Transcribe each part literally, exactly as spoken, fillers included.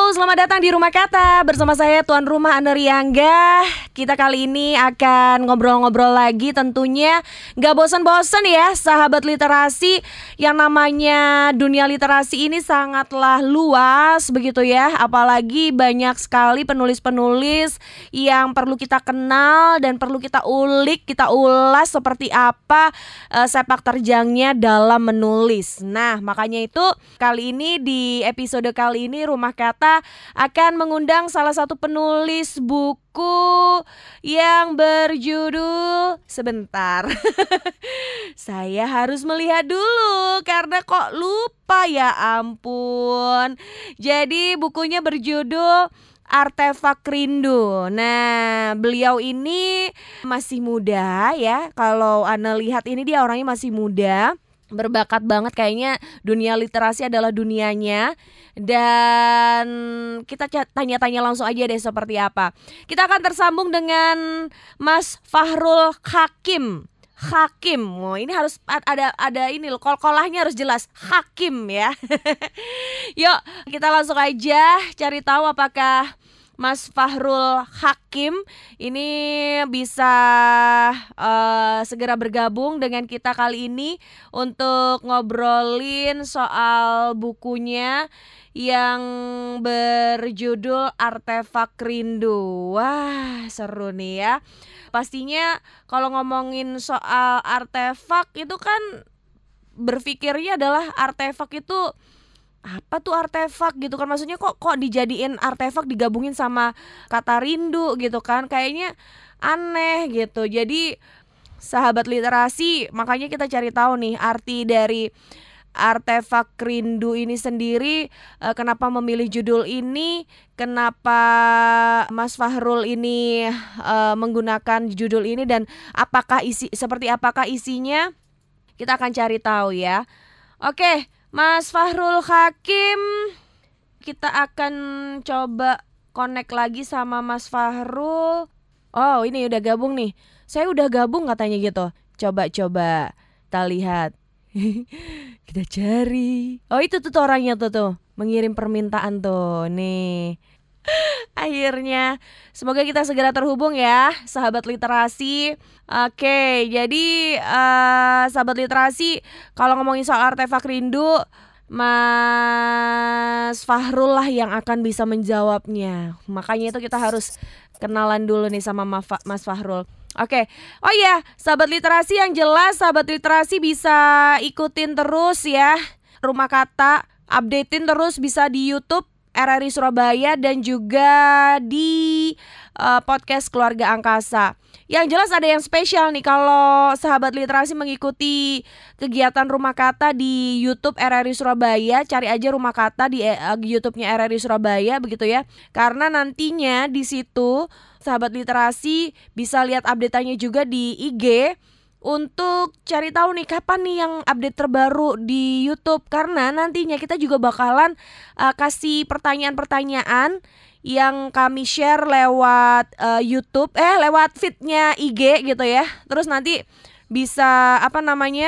Halo, selamat datang di Rumah Kata. Bersama saya Tuan Rumah Aneriangga. Kita kali ini akan ngobrol-ngobrol lagi. Tentunya gak bosan-bosan ya, sahabat literasi. Yang namanya dunia literasi ini sangatlah luas begitu ya. Apalagi banyak sekali penulis-penulis yang perlu kita kenal dan perlu kita ulik, kita ulas seperti apa uh, sepak terjangnya dalam menulis. Nah, makanya itu kali ini di episode kali ini Rumah Kata akan mengundang salah satu penulis buku yang berjudul sebentar. Saya harus melihat dulu karena kok lupa, ya ampun. Jadi bukunya berjudul Artefak Rindu. Nah, beliau ini masih muda ya. Kalau Ana lihat ini dia orangnya masih muda. Berbakat banget, kayaknya dunia literasi adalah dunianya. Dan kita tanya-tanya langsung aja deh seperti apa. Kita akan tersambung dengan Mas Fahrul Hakim. Hakim, oh, ini harus ada ada ini loh, kol-kolahnya harus jelas Hakim ya. Yuk kita langsung aja cari tahu apakah Mas Fahrul Hakim ini bisa uh, segera bergabung dengan kita kali ini untuk ngobrolin soal bukunya yang berjudul Artefak Rindu. Wah, seru nih ya. Pastinya kalau ngomongin soal artefak itu kan berpikirnya adalah artefak itu apa tuh artefak gitu kan, maksudnya kok kok dijadiin artefak digabungin sama kata rindu gitu kan, kayaknya aneh gitu. Jadi sahabat literasi, makanya kita cari tahu nih arti dari Artefak Rindu ini sendiri. eh, Kenapa memilih judul ini, kenapa Mas Fahrul ini eh, menggunakan judul ini, dan apakah isi seperti apakah isinya, kita akan cari tahu ya. Oke, Mas Fahrul Hakim, kita akan coba connect lagi sama Mas Fahrul. Oh, ini udah gabung nih. Saya udah gabung katanya gitu. Coba-coba kita lihat. Kita cari. Oh, itu tuh, tuh orangnya tuh tuh mengirim permintaan tuh. Nih. Akhirnya, semoga kita segera terhubung ya, sahabat literasi. Oke, jadi uh, sahabat literasi, kalau ngomongin soal Artefak Rindu, Mas Fahrul lah yang akan bisa menjawabnya. Makanya itu kita harus kenalan dulu nih sama Mas Fahrul. Oke, oh iya, sahabat literasi, yang jelas sahabat literasi bisa ikutin terus ya Rumah Kata, updatein terus bisa di YouTube R R I Surabaya dan juga di uh, podcast Keluarga Angkasa. Yang jelas ada yang spesial nih kalau sahabat literasi mengikuti kegiatan Rumah Kata di YouTube R R I Surabaya. Cari aja Rumah Kata di uh, YouTube-nya R R I Surabaya begitu ya. Karena nantinya di situ sahabat literasi bisa lihat update-nya juga di I G untuk cari tahu nih kapan nih yang update terbaru di YouTube. Karena nantinya kita juga bakalan uh, kasih pertanyaan-pertanyaan yang kami share lewat uh, YouTube, eh lewat feed-nya I G gitu ya. Terus nanti bisa apa namanya,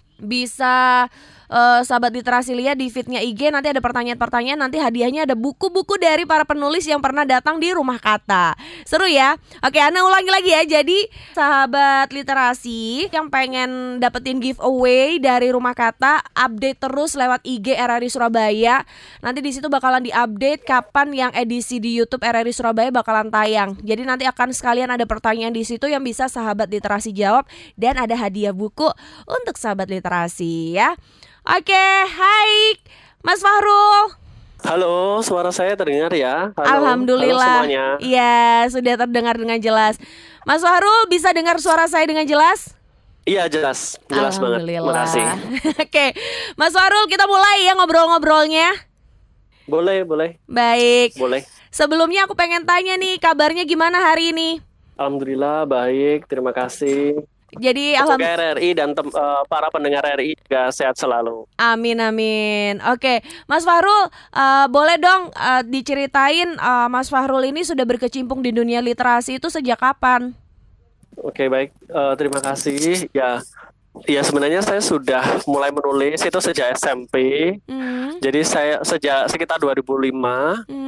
bisa uh, sahabat literasi lihat di feed-nya I G, nanti ada pertanyaan-pertanyaan, nanti hadiahnya ada buku-buku dari para penulis yang pernah datang di Rumah Kata. Seru ya? Oke, Ana ulangi lagi ya. Jadi sahabat literasi yang pengen dapetin giveaway dari Rumah Kata, update terus lewat I G R R I Surabaya. Nanti di situ bakalan diupdate kapan yang edisi di YouTube R R I Surabaya bakalan tayang. Jadi nanti akan sekalian ada pertanyaan di situ yang bisa sahabat literasi jawab, dan ada hadiah buku untuk sahabat literasi ya. Oke, hai Mas Fahrul. Halo, suara saya terdengar ya? Halo, alhamdulillah. Halo semuanya. Iya, sudah terdengar dengan jelas. Mas Fahrul, bisa dengar suara saya dengan jelas? Iya, jelas, jelas banget. Terima kasih. Oke, Mas Fahrul, kita mulai ya ngobrol-ngobrolnya. Boleh, boleh. Baik. Boleh. Sebelumnya aku pengen tanya nih, kabarnya gimana hari ini? Alhamdulillah baik, terima kasih. Jadi semoga R R I dan tem- uh, para pendengar R R I juga sehat selalu. Amin amin. Oke, Mas Fahrul, uh, boleh dong uh, diceritain uh, Mas Fahrul ini sudah berkecimpung di dunia literasi itu sejak kapan? Oke, baik. Uh, terima kasih. Ya, ya sebenarnya saya sudah mulai menulis itu sejak S M P. Mm. Jadi saya sejak sekitar dua ribu lima. Mm.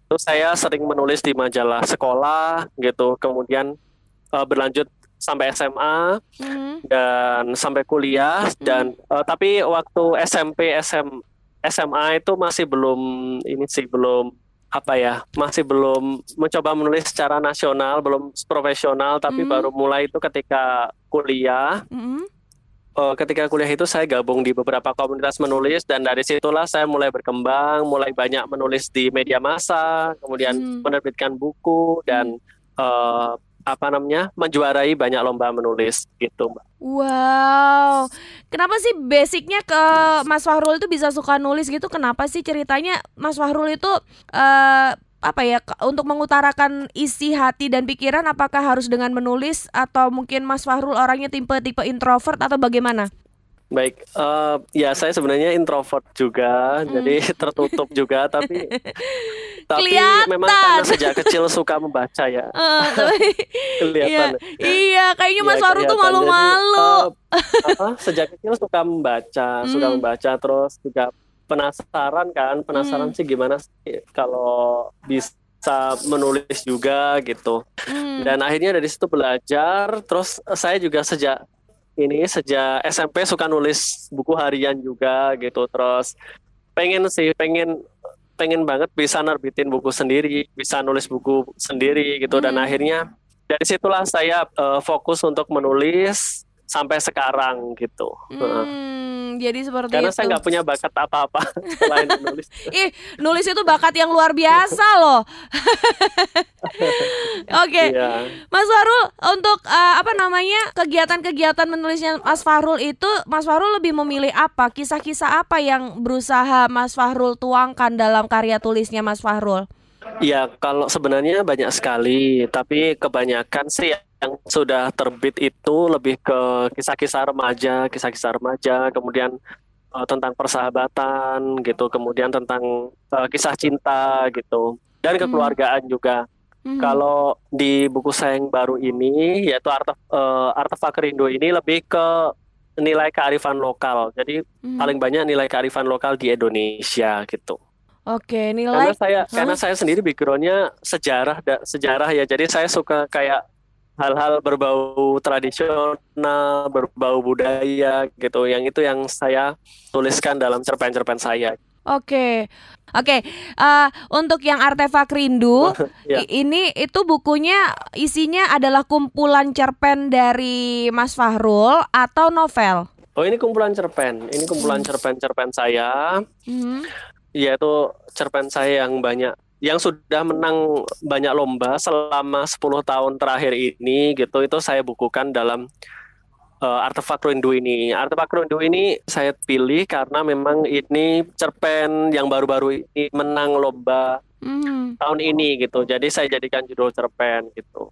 saya sering menulis di majalah sekolah gitu, kemudian uh, berlanjut sampai S M A Mhm. dan sampai kuliah dan uh, tapi waktu S M P S M S M A itu masih belum ini sih belum apa ya masih belum mencoba menulis secara nasional, belum profesional, tapi Mhm. baru mulai itu ketika kuliah. Mhm. Uh, ketika kuliah itu saya gabung di beberapa komunitas menulis dan dari situlah saya mulai berkembang, mulai banyak menulis di media massa, kemudian Mhm. menerbitkan buku dan uh, apa namanya menjuarai banyak lomba menulis gitu, Mbak. Wow, kenapa sih basicnya ke Mas Fahrul itu bisa suka nulis gitu? Kenapa sih ceritanya Mas Fahrul itu eh apa ya ke- untuk mengutarakan isi hati dan pikiran? Apakah harus dengan menulis atau mungkin Mas Fahrul orangnya tipe-tipe introvert atau bagaimana? Baik, eh, ya saya sebenarnya introvert juga, Hmm. jadi tertutup juga, tapi tapi memang Kelihatan. karena sejak kecil suka membaca ya, Eh, tapi iya, kelihatan. iya, kayaknya Ya Mas Fahrul tuh kelihatan. Jadi malu-malu. eh, apa sejak kecil suka membaca, suka Hmm. membaca terus juga penasaran kan, penasaran Hmm. sih gimana sih kalau bisa menulis juga gitu. Hmm. Dan akhirnya dari situ belajar, terus saya juga sejak ini sejak S M P suka nulis buku harian juga gitu. Terus pengen sih, pengen pengen banget bisa nerbitin buku sendiri, bisa nulis buku sendiri gitu. Dan Hmm. akhirnya dari situlah saya eh, fokus untuk menulis sampai sekarang gitu. Heeh. Hmm, jadi seperti Karena saya itu. nggak punya bakat apa-apa selain menulis. Ih, nulis itu bakat yang luar biasa loh. Oke, Iya. Mas Fahrul, untuk eh, apa namanya kegiatan-kegiatan menulisnya Mas Fahrul itu, Mas Fahrul lebih memilih apa? Kisah-kisah apa yang berusaha Mas Fahrul tuangkan dalam karya tulisnya Mas Fahrul? Ya, kalau sebenarnya banyak sekali, tapi kebanyakan sih yang sudah terbit itu lebih ke kisah-kisah remaja, kisah-kisah remaja, kemudian eh, tentang persahabatan gitu, kemudian tentang eh, kisah cinta gitu, dan Hmm. kekeluargaan juga. Hmm. Kalau di buku saya yang baru ini, yaitu Arte, eh, Artefak Rindu ini lebih ke nilai kearifan lokal. Jadi Hmm. paling banyak nilai kearifan lokal di Indonesia gitu. Oke, Karena nilai. saya karena Hah? saya sendiri backgroundnya sejarah da- sejarah ya. Jadi saya suka kayak hal-hal berbau tradisional, berbau budaya gitu. Yang itu yang saya tuliskan dalam cerpen-cerpen saya. Oke, oke. Eh, untuk yang Artefak Rindu, Ya. i- ini itu bukunya isinya adalah kumpulan cerpen dari Mas Fahrul atau novel? Oh, ini kumpulan cerpen. Ini kumpulan Hmm. cerpen-cerpen saya. Mhm. Yaitu cerpen saya yang banyak yang sudah menang banyak lomba selama sepuluh tahun terakhir ini gitu. Itu saya bukukan dalam eh, Artefak Rindu ini. Artefak Rindu ini saya pilih karena memang ini cerpen yang baru-baru ini menang lomba Mhm. tahun ini gitu. Jadi saya jadikan judul cerpen gitu.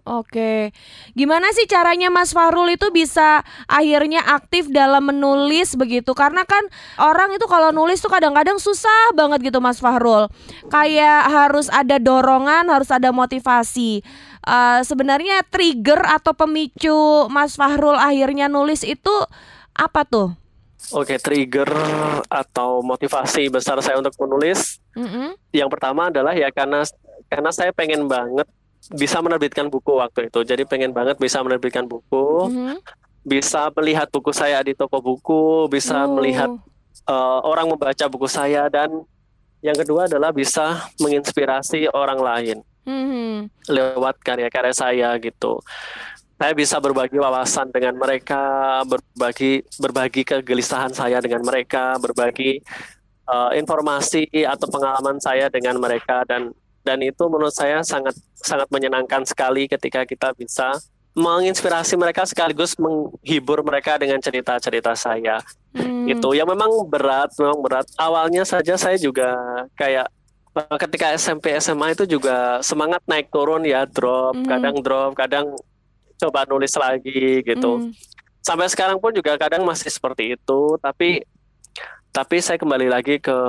Oke, gimana sih caranya Mas Fahrul itu bisa akhirnya aktif dalam menulis begitu? Karena kan orang itu kalau nulis tuh kadang-kadang susah banget gitu Mas Fahrul. Kayak harus ada dorongan, harus ada motivasi. Eh, sebenarnya trigger atau pemicu Mas Fahrul akhirnya nulis itu apa tuh? Oke, trigger atau motivasi besar saya untuk menulis Mm-mm. yang pertama adalah ya karena karena saya pengen banget bisa menerbitkan buku waktu itu. Jadi pengen banget bisa menerbitkan buku, Mhm. bisa melihat buku saya di toko buku, bisa melihat Oh. eh, orang membaca buku saya, dan yang kedua adalah bisa menginspirasi orang lain Mhm. lewat karya-karya saya gitu. Saya bisa berbagi wawasan dengan mereka, berbagi berbagi kegelisahan saya dengan mereka, berbagi eh, informasi atau pengalaman saya dengan mereka, dan dan itu menurut saya sangat sangat menyenangkan sekali ketika kita bisa menginspirasi mereka sekaligus menghibur mereka dengan cerita-cerita saya. Hmm. Itu yang memang berat, memang berat. Awalnya saja saya juga kayak eh, ketika S M P S M A itu juga semangat naik turun ya, drop, Mhm. kadang drop, kadang coba nulis lagi gitu. Mhm. Sampai sekarang pun juga kadang masih seperti itu, tapi tapi saya kembali lagi ke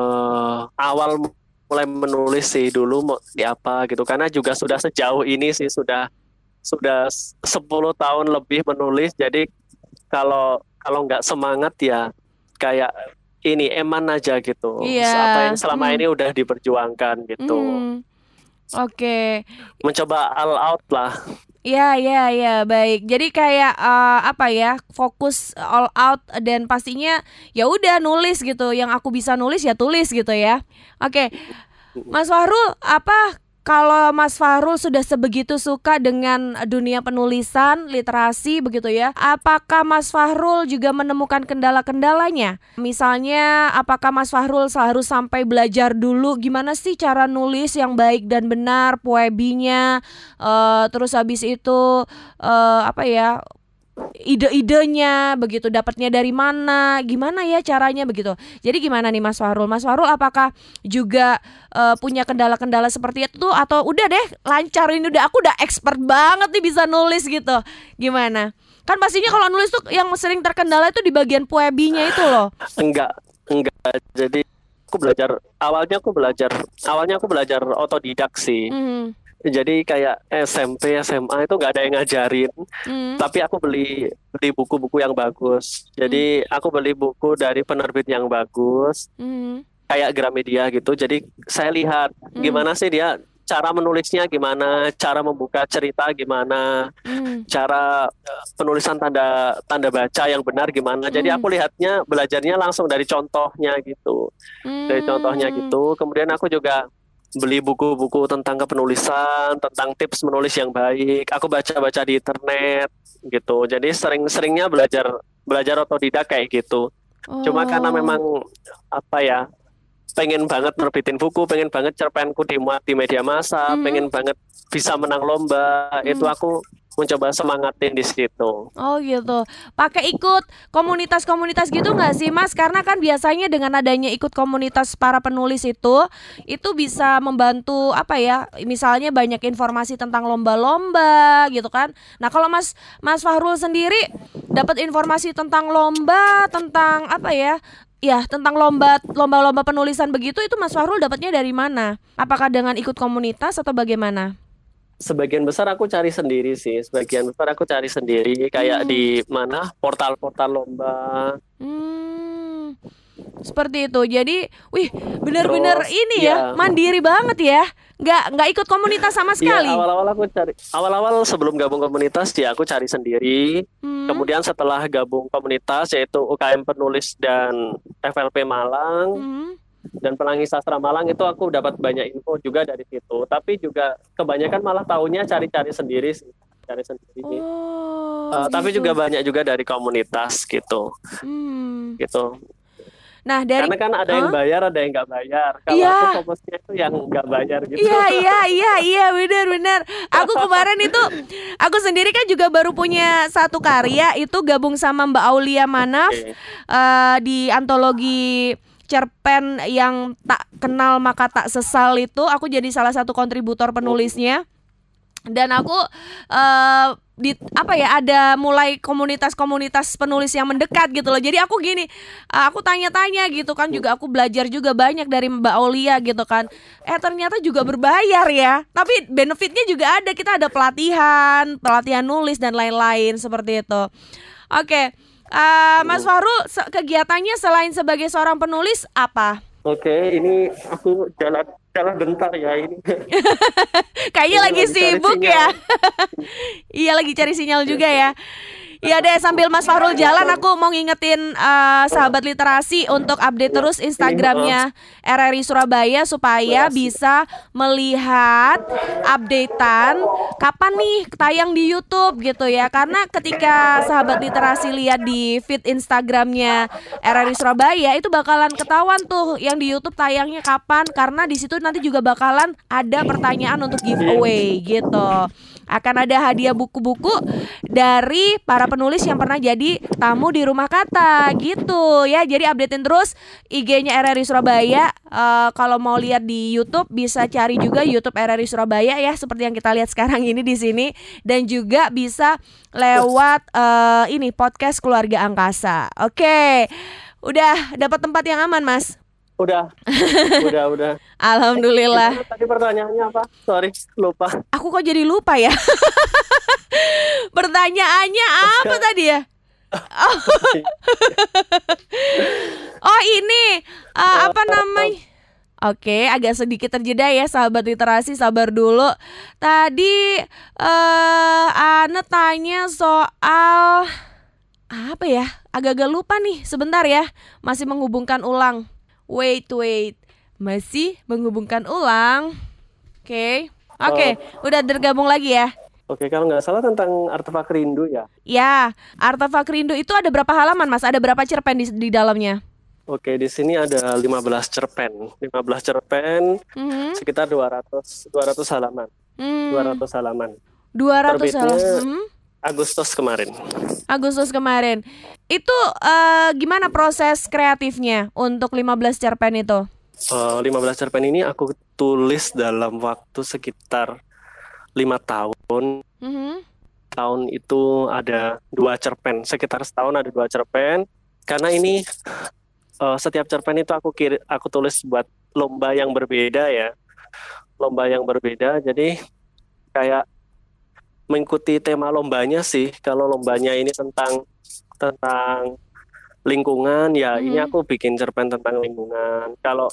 awal mulai menulis sih dulu mau di apa gitu, karena juga sudah sejauh ini sih, sudah sudah sepuluh tahun lebih menulis. Jadi kalau kalau nggak semangat ya kayak ini eman aja gitu, Iya. apa yang selama Hmm. ini udah diperjuangkan gitu. Mhm. Oke. Mencoba all out lah. Ya, ya, ya, baik. Jadi kayak uh, apa ya, fokus all out dan pastinya ya udah nulis gitu. Yang aku bisa nulis ya tulis gitu ya. Oke, Mas Fahrul, apa kalau Mas Fahrul sudah sebegitu suka dengan dunia penulisan, literasi begitu ya, apakah Mas Fahrul juga menemukan kendala-kendalanya? Misalnya, apakah Mas Fahrul harus sampai belajar dulu gimana sih cara nulis yang baik dan benar, poebinya, uh, terus habis itu uh, apa ya, ide-idenya begitu, dapatnya dari mana, gimana ya caranya begitu. Jadi gimana nih Mas Fahrul? Mas Fahrul apakah juga uh, punya kendala-kendala seperti itu atau udah deh lancar, ini udah aku udah expert banget nih bisa nulis gitu. Gimana? Kan pastinya kalau nulis tuh yang sering terkendala itu di bagian poebinya itu loh. Enggak, enggak. Jadi aku belajar awalnya aku belajar awalnya aku belajar otodidak sih. Mm. Jadi kayak S M P, S M A itu nggak ada yang ngajarin, mm. tapi aku beli beli buku-buku yang bagus. Jadi mm. aku beli buku dari penerbit yang bagus, mm. kayak Gramedia gitu. Jadi saya lihat mm. gimana sih dia cara menulisnya, gimana cara membuka cerita, gimana mm. cara penulisan tanda tanda baca yang benar gimana. Mm. Jadi aku lihatnya belajarnya langsung dari contohnya gitu, mm. dari contohnya gitu. Kemudian aku juga beli buku-buku tentang kepenulisan, tentang tips menulis yang baik. Aku baca-baca di internet gitu. Jadi sering-seringnya belajar belajar otodidak kayak gitu. Oh. Cuma karena memang apa ya, pengen banget nerbitin buku, pengen banget cerpenku dimuat di media massa, hmm. pengen banget bisa menang lomba, hmm. itu aku mencoba semangatin di situ. Oh gitu. Pakai ikut komunitas-komunitas gitu nggak sih Mas? Karena kan biasanya dengan adanya ikut komunitas para penulis itu, itu bisa membantu apa ya? Misalnya banyak informasi tentang lomba-lomba gitu kan. Nah kalau Mas Mas Fahrul sendiri dapat informasi tentang lomba, tentang apa ya? Ya tentang lomba lomba-lomba penulisan begitu, itu Mas Fahrul dapatnya dari mana? Apakah dengan ikut komunitas atau bagaimana? Sebagian besar aku cari sendiri sih, sebagian besar aku cari sendiri kayak hmm. di mana portal-portal lomba. Hmm, seperti itu. Jadi, wih, benar-benar ini ya, ya mandiri banget ya, nggak nggak ikut komunitas sama sekali. Ya, awal-awal aku cari, awal-awal sebelum gabung komunitas ya aku cari sendiri. Hmm. Kemudian setelah gabung komunitas yaitu U K M Penulis dan F L P Malang. Hmm. Dan Pelangi Sastra Malang itu aku dapat banyak info juga dari situ. Tapi juga kebanyakan malah taunya cari-cari sendiri sih, cari sendiri. Oh, uh, gitu. Tapi juga banyak juga dari komunitas gitu, hmm. gitu. Nah, dari karena kan ada huh? yang bayar, ada yang nggak bayar. Kalau yeah. aku fokusnya itu yang nggak bayar gitu. Iya iya iya iya benar-benar. Aku kemarin itu, aku sendiri kan juga baru punya satu karya itu gabung sama Mbak Aulia Manaf okay. uh, di antologi cerpen yang tak kenal maka tak sesal itu. Aku jadi salah satu kontributor penulisnya. Dan aku uh, di apa ya ada mulai komunitas-komunitas penulis yang mendekat gitu loh. Jadi aku gini, uh, aku tanya-tanya gitu kan, juga aku belajar juga banyak dari Mbak Aulia gitu kan. Eh ternyata juga berbayar ya. Tapi benefitnya juga ada, kita ada pelatihan, pelatihan nulis dan lain-lain seperti itu. Oke. Okay. Uh, Mas Fahrul, kegiatannya selain sebagai seorang penulis apa? Oke, okay, ini aku jalan jalan bentar ya ini. Kayaknya lagi, lagi sibuk ya. Iya lagi cari sinyal juga ya. Iya deh, sambil Mas Fahrul jalan, aku mau ngingetin uh, sahabat literasi untuk update terus Instagramnya R R I Surabaya supaya bisa melihat updatean kapan nih tayang di YouTube gitu ya. Karena ketika sahabat literasi lihat di feed Instagramnya R R I Surabaya itu bakalan ketahuan tuh yang di YouTube tayangnya kapan, karena di situ nanti juga bakalan ada pertanyaan untuk giveaway gitu. Akan ada hadiah buku-buku dari para penulis yang pernah jadi tamu di Rumah Kata gitu ya. Jadi updatein terus I G-nya R R I Surabaya. uh, Kalau mau lihat di YouTube bisa cari juga YouTube R R I Surabaya ya, seperti yang kita lihat sekarang ini di sini. Dan juga bisa lewat uh, ini podcast Keluarga Angkasa. Oke, udah dapat tempat yang aman Mas? Udah, udah, udah. Alhamdulillah. Eh, tadi pertanyaannya apa? Sorry, lupa. Aku kok jadi lupa ya? Pertanyaannya apa tadi ya? Oh, oh ini uh, apa namanya? Oke, agak sedikit terjeda ya sahabat literasi, sabar dulu. Tadi eh Ane tanya soal apa ya? Agak-agak lupa nih, sebentar ya. Masih menghubungkan ulang. Wait, wait. Masih menghubungkan ulang. Oke. Oke, Oh, udah tergabung lagi ya. oke, kalau nggak salah tentang artefak rindu ya. Ya, artefak rindu itu ada berapa halaman, Mas? Ada berapa cerpen di, di dalamnya? Oke, di sini ada lima belas cerpen. Lima belas cerpen Mhm. sekitar dua ratus dua ratus halaman. Dua Hmm, ratus halaman. dua ratus Terbitnya halaman. Mhm. Agustus kemarin. Agustus kemarin. Itu eh, gimana proses kreatifnya untuk lima belas cerpen itu? Eh, lima belas cerpen ini aku tulis dalam waktu sekitar lima tahun. Mhm. Tahun itu ada dua cerpen. Sekitar setahun ada dua cerpen. Karena ini eh, setiap cerpen itu aku kiri, aku tulis buat lomba yang berbeda ya. Lomba yang berbeda. Jadi kayak mengikuti tema lombanya sih. Kalau lombanya ini tentang tentang lingkungan, ya ini Mhm. aku bikin cerpen tentang lingkungan. Kalau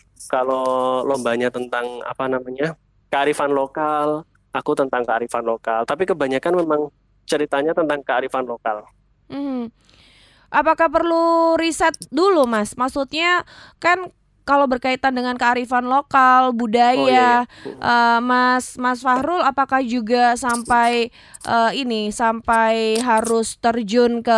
kalau lombanya tentang apa namanya kearifan lokal, aku tentang kearifan lokal. Tapi kebanyakan memang ceritanya tentang kearifan lokal. Mhm. Apakah perlu riset dulu, Mas? Maksudnya kan kalau berkaitan dengan kearifan lokal, Oh iya ya. budaya, eh, Mas Mas Fahrul apakah juga sampai eh, ini sampai harus terjun ke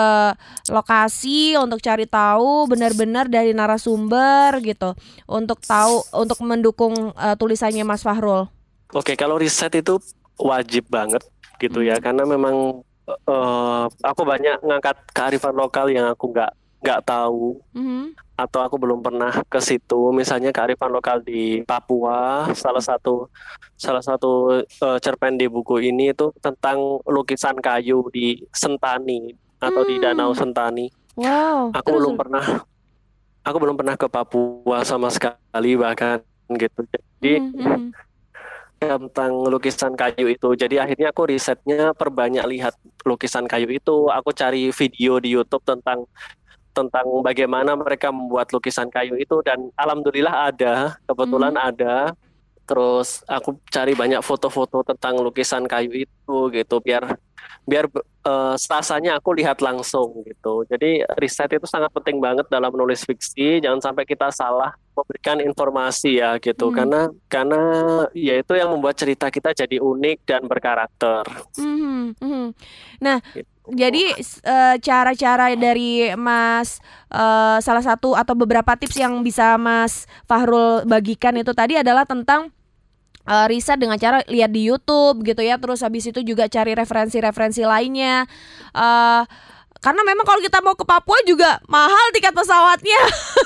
lokasi untuk cari tahu benar-benar dari narasumber gitu untuk tahu untuk mendukung eh, tulisannya Mas Fahrul? Oke, kalau riset itu wajib banget gitu ya, Mhm. karena memang eh, aku banyak ngangkat kearifan lokal yang aku nggak nggak tahu Mhm. atau aku belum pernah ke situ. Misalnya kearifan lokal di Papua, salah satu salah satu eh, cerpen di buku ini itu tentang lukisan kayu di Sentani atau di Danau Hmm. Sentani. Wow, Aku terus belum terus. pernah aku belum pernah ke Papua sama sekali bahkan gitu. Jadi Mhm, mhm. tentang lukisan kayu itu. Jadi akhirnya aku risetnya perbanyak lihat lukisan kayu itu. Aku cari video di YouTube tentang tentang bagaimana mereka membuat lukisan kayu itu dan alhamdulillah ada, kebetulan Mhm. ada. Terus aku cari banyak foto-foto tentang lukisan kayu itu gitu biar biar eh, rasanya aku lihat langsung gitu. Jadi riset itu sangat penting banget dalam menulis fiksi. Jangan sampai kita salah memberikan informasi ya gitu. Mhm. Karena karena ya itu yang membuat cerita kita jadi unik dan berkarakter Mhm, mhm. Nah, gitu. jadi s- eh, cara-cara dari Mas eh, salah satu atau beberapa tips yang bisa Mas Fahrul bagikan itu tadi adalah tentang eh, riset dengan cara lihat di YouTube gitu ya. Terus habis itu juga cari referensi-referensi lainnya. Eh, karena memang kalau kita mau ke Papua juga mahal tiket pesawatnya.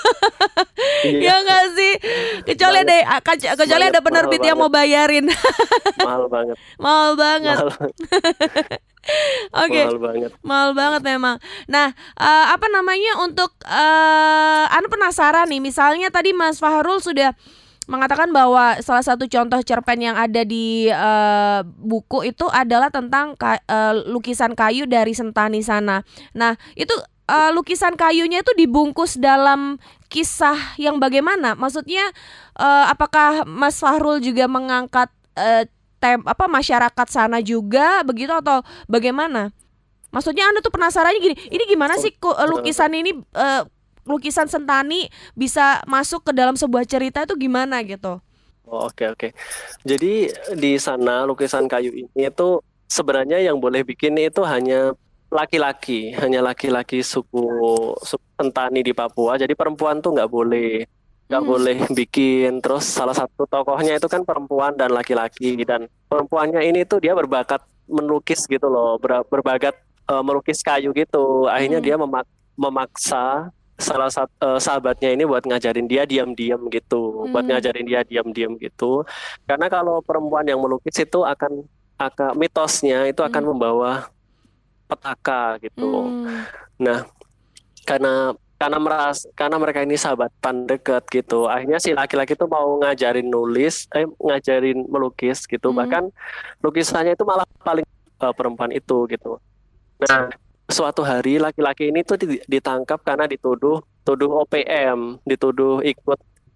Iya, Ya enggak sih? Kecuali banget ada kecuali banget ada mahal penerbit yang banget mau bayarin. mahal banget Mahal banget. mahal Oke. mahal banget. Mahal banget memang. Nah, eh, apa namanya untuk eh Anu penasaran nih, misalnya tadi Mas Fahrul sudah mengatakan bahwa salah satu contoh cerpen yang ada di eh, buku itu adalah tentang ka- eh, lukisan kayu dari Sentani sana. Nah, itu eh, lukisan kayunya itu dibungkus dalam kisah yang bagaimana? Maksudnya eh, apakah Mas Fahrul juga mengangkat eh, tem apa masyarakat sana juga begitu atau bagaimana? Maksudnya Anda tuh penasarannya gini, ini gimana Oh, sih kok eh, eh, lukisan ini eh, lukisan Sentani bisa masuk ke dalam sebuah cerita itu gimana gitu? oh, oke oke. Jadi di sana lukisan kayu ini itu sebenarnya yang boleh bikin itu hanya laki-laki, hanya laki-laki suku suku Sentani di Papua. Jadi perempuan tuh nggak boleh nggak Mhm. boleh bikin. Terus salah satu tokohnya itu kan perempuan dan laki-laki dan perempuannya ini tuh dia berbakat melukis gitu loh, ber- berbakat eh, melukis kayu gitu. Akhirnya Mhm. dia memak- memaksa salah satu sahabatnya ini buat ngajarin dia diam-diam gitu, buat Mhm. ngajarin dia diam-diam gitu. Karena kalau perempuan yang melukis itu akan akan mitosnya itu akan Mhm. membawa petaka gitu. Mhm. Nah, karena karena meras karena mereka ini sahabatan dekat gitu. Akhirnya si laki-laki itu mau ngajarin nulis, eh ngajarin melukis gitu. Mhm. Bahkan lukisannya itu malah paling eh, perempuan itu gitu. Nah, suatu hari laki-laki ini tuh di- ditangkap karena dituduh tuduh O P M, dituduh ikut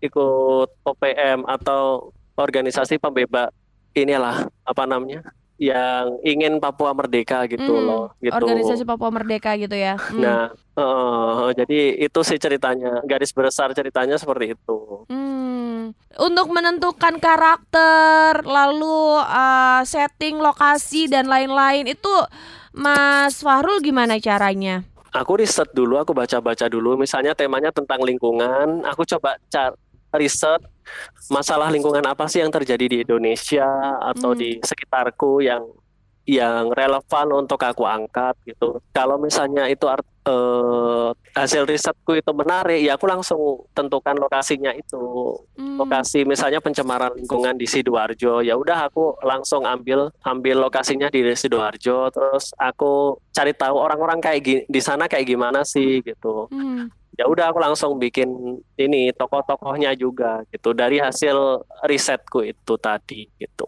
ikut O P M atau organisasi pembebas inilah apa namanya yang ingin Papua merdeka gitu Hmm, loh gitu. organisasi Papua Merdeka gitu ya. Hmm. Nah, eh, jadi itu sih ceritanya, garis besar ceritanya seperti itu. Hmm. Untuk menentukan karakter, lalu uh, setting, lokasi dan lain-lain itu Mas Fahrul gimana caranya? Aku riset dulu, aku baca-baca dulu. Misalnya temanya tentang lingkungan, aku coba cari riset masalah lingkungan apa sih yang terjadi di Indonesia atau Hmm. di sekitarku yang yang relevan untuk aku angkat gitu. Kalau misalnya itu art- eh, hasil risetku itu menarik, ya aku langsung tentukan lokasinya itu. Hmm. Lokasi misalnya pencemaran lingkungan di Sidoarjo, ya udah aku langsung ambil ambil lokasinya di Sidoarjo, terus aku cari tahu orang-orang kayak gi- di sana kayak gimana sih gitu. Hmm. Ya udah aku langsung bikin ini tokoh-tokohnya juga gitu dari hasil risetku itu tadi gitu.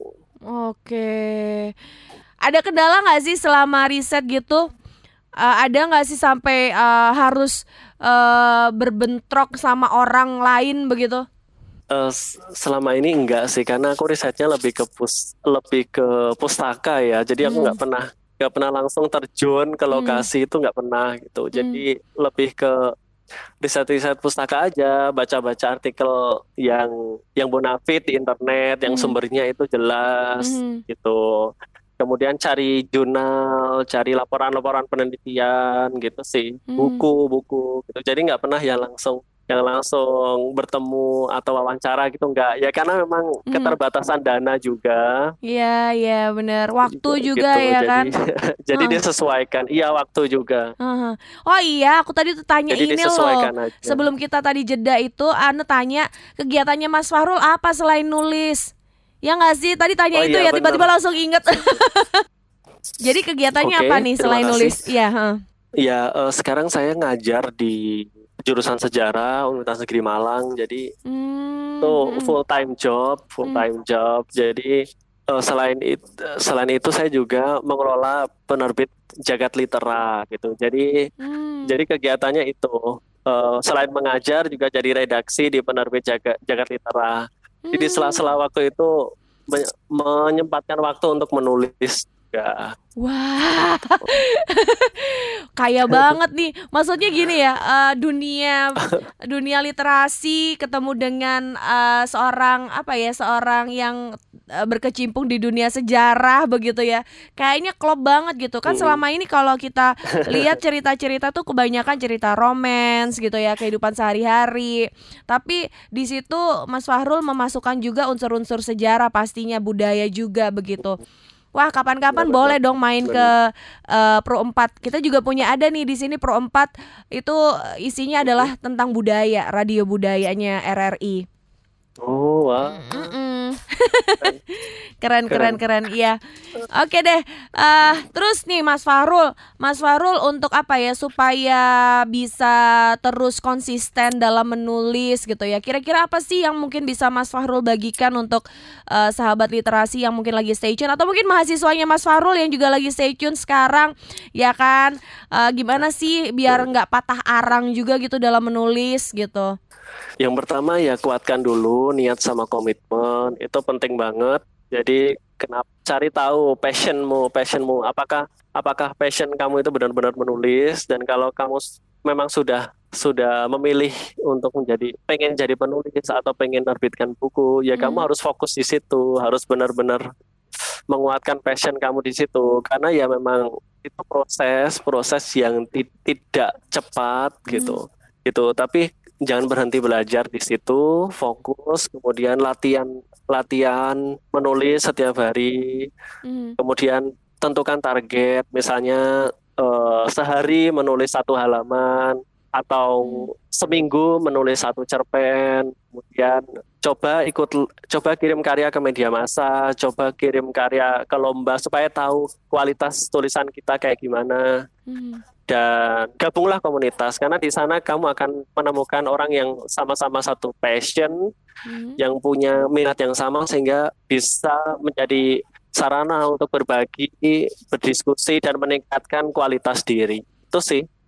Oke. Ada kendala nggak sih selama riset gitu? Uh, ada nggak sih sampai uh, harus uh, berbentrok sama orang lain begitu? Eh, s- selama ini enggak sih karena aku risetnya lebih ke pus lebih ke pustaka ya. Jadi aku Hmm. nggak pernah nggak pernah langsung terjun ke Hmm. lokasi itu nggak pernah gitu. Hmm. Jadi lebih ke riset-riset pustaka aja, baca-baca artikel yang yang bonafit di internet, yang Hmm. sumbernya itu jelas Hmm. gitu. Kemudian cari jurnal, cari laporan-laporan penelitian gitu sih, Hmm. buku-buku gitu. Jadi nggak pernah ya langsung yang langsung bertemu atau wawancara gitu nggak ya karena memang Hmm. keterbatasan dana juga Iya, iya bener. Waktu juga gitu. ya Jadi kan? jadi Heeh. disesuaikan. Iya waktu juga. Heeh. Oh iya, aku tadi tuh tanya Jadi ini loh. disesuaikan aja. Sebelum kita tadi jeda itu, Ane tanya kegiatannya Mas Fahrul apa selain nulis? Ya nggak sih? Tadi tanya Oh itu iya ya, tiba-tiba benar. langsung inget. Jadi kegiatannya Oke, apa nih terima selain kasih. nulis? Iya, heeh. Ya eh, sekarang saya ngajar di jurusan sejarah Universitas Negeri Malang. Jadi Hmm, itu hmm, full time job, full hmm. time job. Jadi eh, selain itu, selain itu saya juga mengelola penerbit Jagat Litera gitu. Jadi Hmm. jadi kegiatannya itu eh, selain mengajar juga jadi redaksi di penerbit Jagat Jagat Litera. Jadi Hmm. sela-sela waktu itu me- menyempatkan waktu untuk menulis juga. Wah, kaya banget nih. Maksudnya gini ya, eh, dunia dunia literasi ketemu dengan eh, seorang apa ya, seorang yang eh, berkecimpung di dunia sejarah begitu ya. Kayaknya klop banget gitu kan. Mm-mm. Selama ini kalau kita lihat cerita-cerita tuh kebanyakan cerita romance gitu ya, kehidupan sehari-hari. Tapi di situ Mas Fahrul memasukkan juga unsur-unsur sejarah, pastinya budaya juga begitu. Wah, Ya kapan-kapan benar, boleh dong main ke benar. eh, Pro empat. Kita juga punya ada nih di sini Pro empat. Itu isinya adalah tentang budaya, radio budayanya R R I. Oh, wah, Mm-mm. keren, Keren, keren, keren. keren. Iya. Oke deh. Eh, terus nih Mas Fahrul, Mas Fahrul untuk apa ya supaya bisa terus konsisten dalam menulis gitu ya. Kira-kira apa sih yang mungkin bisa Mas Fahrul bagikan untuk eh, sahabat literasi yang mungkin lagi stay tune atau mungkin mahasiswanya Mas Fahrul yang juga lagi stay tune sekarang, ya kan? Eh, gimana sih biar nggak patah arang juga gitu dalam menulis gitu. Yang pertama ya kuatkan dulu niat sama komitmen, itu penting banget. Jadi kenapa cari tahu passionmu, passionmu apakah apakah passion kamu itu benar-benar menulis dan kalau kamu s- memang sudah sudah memilih untuk menjadi pengen jadi penulis atau pengen menerbitkan buku, ya kamu Hmm. harus fokus di situ, harus benar-benar menguatkan passion kamu di situ karena ya memang itu proses proses yang ti- tidak cepat Hmm. gitu gitu tapi jangan berhenti belajar di situ, fokus, kemudian latihan latihan menulis setiap hari, Hmm. kemudian tentukan target, misalnya eh, sehari menulis satu halaman atau Hmm. seminggu menulis satu cerpen, kemudian coba ikut coba kirim karya ke media massa, coba kirim karya ke lomba supaya tahu kualitas tulisan kita kayak gimana. Hmm. Dan gabunglah komunitas karena di sana kamu akan menemukan orang yang sama-sama satu passion, Hmm. yang punya minat yang sama sehingga bisa menjadi sarana untuk berbagi, berdiskusi dan meningkatkan kualitas diri. Itu sih.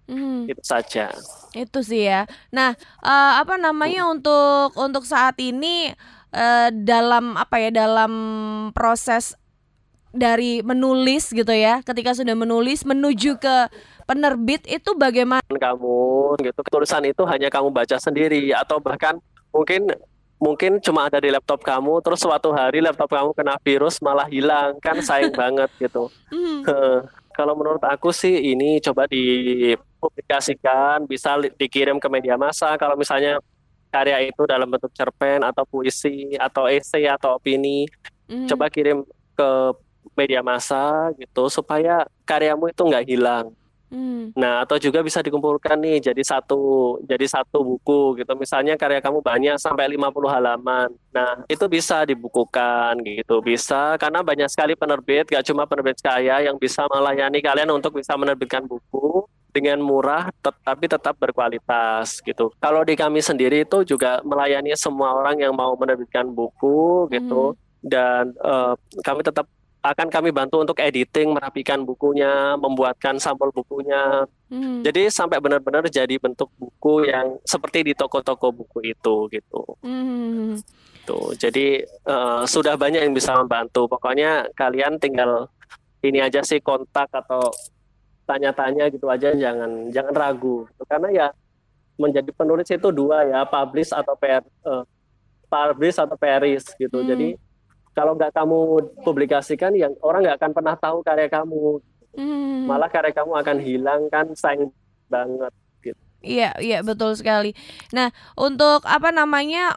Mhm. Itu saja. Itu sih ya. Nah, eh, apa namanya untuk untuk saat ini eh, dalam apa ya dalam proses dari menulis gitu ya. Ketika sudah menulis menuju ke penerbit itu bagaimana? Kamu gitu, tulisan itu hanya kamu baca sendiri atau bahkan mungkin mungkin cuma ada di laptop kamu, terus suatu hari laptop kamu kena virus malah hilang, kan sayang banget gitu. Mhm. Kalau menurut aku sih ini coba dipublikasikan, bisa li- dikirim ke media massa. Kalau misalnya karya itu dalam bentuk cerpen atau puisi atau esai atau opini, Mhm. coba kirim ke media massa gitu supaya karyamu itu nggak hilang. Mhm. Nah, atau juga bisa dikumpulkan nih jadi satu jadi satu buku gitu. Misalnya karya kamu banyak sampai lima puluh halaman. Nah, itu bisa dibukukan gitu. Bisa karena banyak sekali penerbit, gak cuma penerbit saya yang bisa melayani kalian untuk bisa menerbitkan buku dengan murah tetapi tetap berkualitas gitu. Kalau di kami sendiri itu juga melayani semua orang yang mau menerbitkan buku gitu, Mhm. dan eh, kami tetap akan kami bantu untuk editing, merapikan bukunya, membuatkan sampel bukunya. Mhm. Jadi sampai benar-benar jadi bentuk buku yang seperti di toko-toko buku itu gitu. Mhm. Tuh. Jadi eh, sudah banyak yang bisa membantu. Pokoknya kalian tinggal ini aja sih, kontak atau tanya-tanya gitu aja, jangan jangan ragu. Karena ya menjadi penulis itu dua ya, publish atau per, eh, publish atau perish gitu. Mhm. Jadi kalau nggak kamu publikasikan, yang orang nggak akan pernah tahu karya kamu. Mhm. Malah karya kamu akan hilang, kan sayang banget gitu. Iya, iya betul sekali. Nah, untuk apa namanya?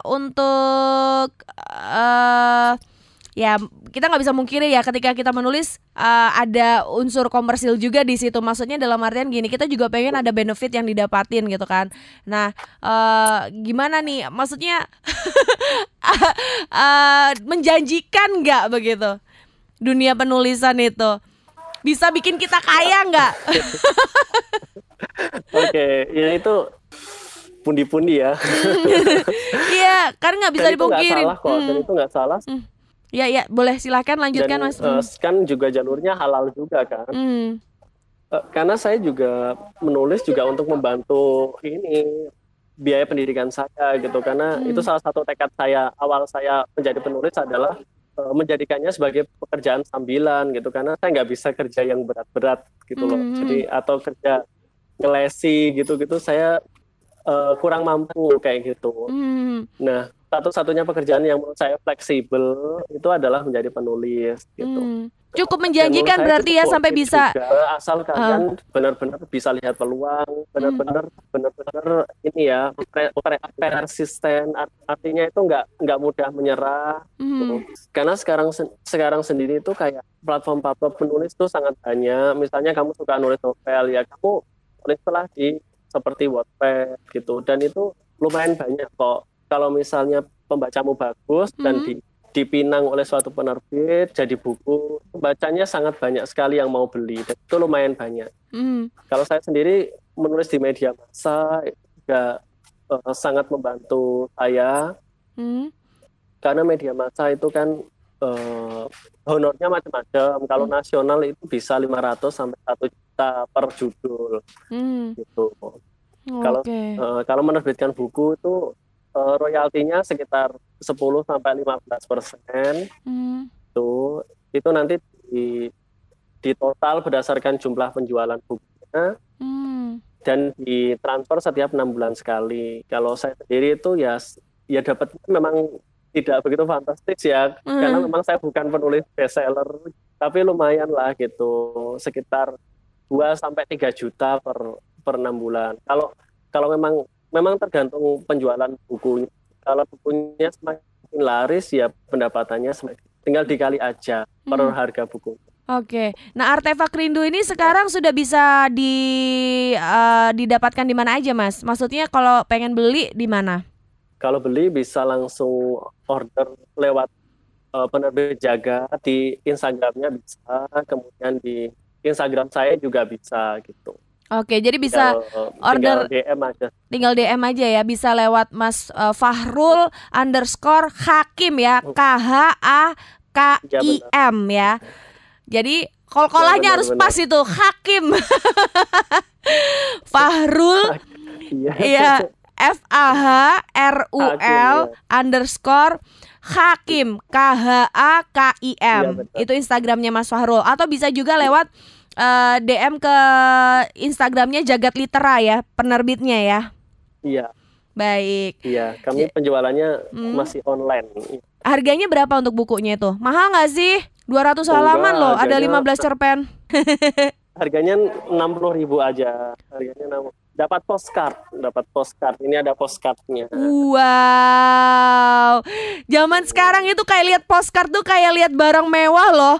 Untuk eh ya kita nggak bisa mungkiri ya ketika kita menulis eh, ada unsur komersil juga di situ. Maksudnya dalam artian gini, kita juga pengen ada benefit yang didapatin gitu kan. Nah, eh gimana nih? Maksudnya eh, menjanjikan nggak begitu dunia penulisan itu? Bisa bikin kita kaya nggak? Oke, ya itu pundi-pundi ya. Iya, kan nggak bisa Dan itu nggak dipungkirin. salah kok, dan Hmm. itu nggak salah. Hmm. Ya, ya, boleh silakan lanjutkan Dan Mas. eh, Hmm. kan juga jalurnya halal juga kan. Hmm. Eh, karena saya juga menulis juga untuk membantu ini biaya pendidikan saya gitu. Karena itu Hmm. salah satu tekad saya awal saya menjadi penulis adalah eh, menjadikannya sebagai pekerjaan sambilan gitu. Karena saya nggak bisa kerja yang berat-berat gitu loh. Hmm. Jadi atau kerja ngelesi gitu-gitu saya eh, kurang mampu kayak gitu. Hmm. Nah, satu-satunya pekerjaan yang menurut saya fleksibel itu adalah menjadi penulis gitu. Hmm. Cukup Dan menurut menjanjikan saya berarti ya cukup sampai worth it bisa. juga, asal Uh. kalian benar-benar bisa lihat peluang, Hmm. benar-benar benar-benar ini ya pre- pre- persisten. Art- artinya itu nggak nggak mudah menyerah gitu. Hmm. Karena sekarang sen- sekarang sendiri itu kayak platform-platform penulis tuh sangat banyak. Misalnya kamu suka nulis novel ya, kamu tulislah di seperti Wattpad gitu, dan itu lumayan banyak kok. Kalau misalnya pembacamu bagus dan Hmm. di dipinang oleh suatu penerbit jadi buku, bacanya sangat banyak sekali yang mau beli, dan itu lumayan banyak. Hmm. Kalau saya sendiri menulis di media massa juga eh, sangat membantu saya, Hmm. karena media massa itu kan eh, honornya macam-macam. Kalau Hmm. nasional itu bisa lima ratus sampai satu juta per judul Hmm. gitu. Kalau Oke. eh, kalau menerbitkan buku itu eh, royaltinya sekitar sepuluh sampai lima belas persen. Hmm. Itu itu nanti di di total berdasarkan jumlah penjualan bukunya Hmm. dan ditransfer setiap enam bulan sekali. Kalau saya sendiri itu ya ya dapat memang tidak begitu fantastis ya, karena Hmm. memang saya bukan penulis bestseller, tapi lumayan lah gitu, sekitar dua sampai tiga juta per per enam bulan. Kalau kalau memang memang tergantung penjualan bukunya. Kalau bukunya semakin laris ya pendapatannya semakin, tinggal dikali aja per Hmm. harga buku. Oke. Nah, Artefak Rindu ini sekarang sudah bisa di eh, didapatkan di mana aja, Mas? Maksudnya kalau pengen beli di mana? Kalau beli bisa langsung order lewat eh, penerbit Jaga, di Instagramnya bisa, kemudian di Instagram saya juga bisa gitu. Oke, jadi bisa Tinggal, order tinggal D M aja. tinggal D M aja ya, bisa lewat Mas eh, Fahrul underscore Hakim ya, K H A K I M ya. Jadi kol-kolahnya Ya, benar, harus benar. pas itu, Hakim. Fahrul. Iya. Iya, F A H R U L Hakim, ya. underscore Hakim, K H A K I Iya, M. betul. Itu Instagramnya Mas Fahrul. Atau bisa juga lewat eh, D M ke Instagramnya Jagat Litera ya, penerbitnya ya. Iya, Baik. iya. Kami penjualannya Hmm. masih online. Harganya berapa untuk bukunya itu? Mahal nggak sih? dua ratus halaman Enggak, loh, ada harganya- lima belas cerpen. Harganya enam puluh ribu aja. Harganya enam. Dapat postcard, dapat postcard. Ini ada postcardnya. Wow. Zaman sekarang itu kayak lihat postcard tuh kayak lihat barang mewah loh.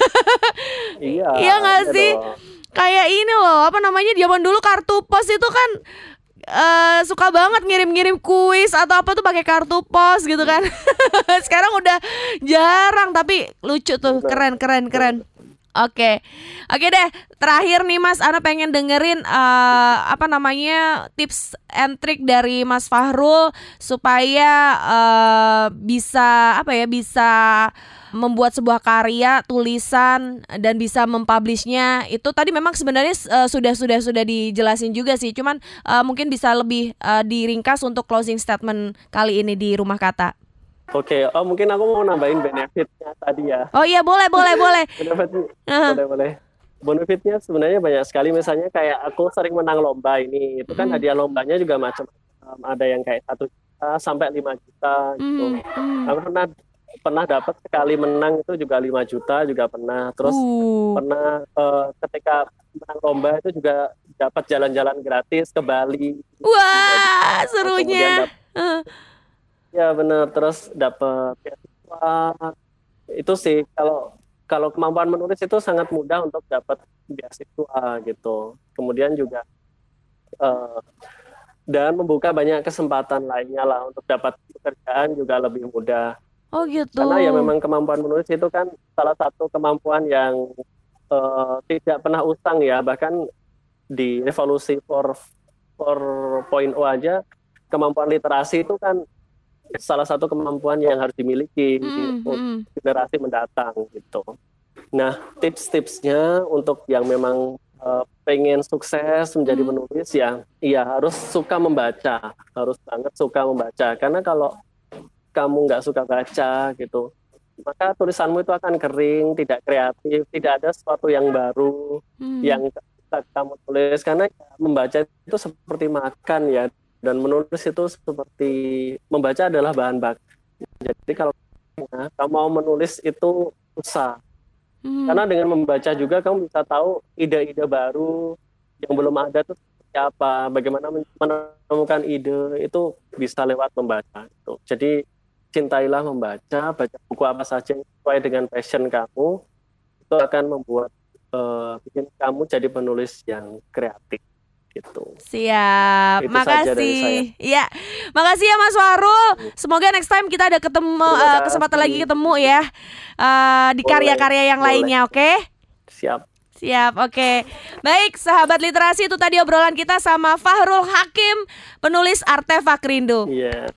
Iya. Iya nggak iya sih? dong. Kayak ini loh, apa namanya, zaman dulu kartu pos itu kan eh, suka banget ngirim-ngirim kuis atau apa tuh pakai kartu pos gitu kan. Sekarang udah jarang, tapi lucu tuh, keren keren keren. Oke, oke deh. Terakhir nih Mas, Ana pengen dengerin eh, apa namanya tips and trick dari Mas Fahrul supaya eh, bisa apa ya bisa membuat sebuah karya tulisan dan bisa mempublishnya. Itu tadi memang sebenarnya eh, sudah sudah sudah dijelasin juga sih. Cuman eh, mungkin bisa lebih eh, diringkas untuk closing statement kali ini di Rumah Kata. Oke, oh mungkin aku mau nambahin benefitnya tadi ya. Oh iya, boleh boleh boleh. Benefitnya, Aha. boleh boleh. Benefitnya sebenarnya banyak sekali. Misalnya kayak aku sering menang lomba ini, itu kan Mm. hadiah lombanya juga macam-macam. Ada yang kayak satu juta sampai lima juta gitu. Hmm, hmm. Aku pernah pernah dapat sekali menang itu juga lima juta juga pernah. Terus Uh. pernah eh, ketika menang lomba itu juga dapat jalan-jalan gratis ke Bali. Wah, Kemudian serunya. dap- Eh, Ya benar, terus dapat beasiswa. Itu sih kalau kalau kemampuan menulis itu sangat mudah untuk dapat beasiswa gitu. Kemudian juga eh, dan membuka banyak kesempatan lainnya lah untuk dapat pekerjaan juga lebih mudah. Oh gitu. Karena ya memang kemampuan menulis itu kan salah satu kemampuan yang eh, tidak pernah usang ya. Bahkan di revolusi empat titik nol aja kemampuan literasi itu kan salah satu kemampuan yang harus dimiliki Mm, untuk mm. generasi mendatang gitu. Nah, tips-tipsnya untuk yang memang eh, pengen sukses menjadi Hmm. penulis ya, iya harus suka membaca, harus banget suka membaca. Karena kalau kamu nggak suka baca gitu, maka tulisanmu itu akan kering, tidak kreatif, tidak ada sesuatu yang baru Hmm. yang bisa kamu tulis. Karena membaca itu seperti makan ya. Dan menulis itu seperti membaca adalah bahan baku. Jadi kalau ya, kamu mau menulis itu susah. Hmm. Karena dengan membaca juga kamu bisa tahu ide-ide baru yang belum ada itu seperti apa. Bagaimana menemukan ide itu bisa lewat membaca. Itu. Jadi cintailah membaca, baca buku apa saja yang sesuai dengan passion kamu. Itu akan membuat uh, bikin kamu jadi penulis yang kreatif. Gitu. Siap, Itu saja dari makasih. Iya, makasih ya Mas Fahrul. Semoga next time kita ada ketemu Terima eh, kasih. kesempatan lagi ketemu ya eh, di Boleh, karya-karya yang boleh. lainnya, oke? Siap. Siap, oke. Baik, sahabat literasi, itu tadi obrolan kita sama Fahrul Hakim, penulis Artefak Rindu. Iya.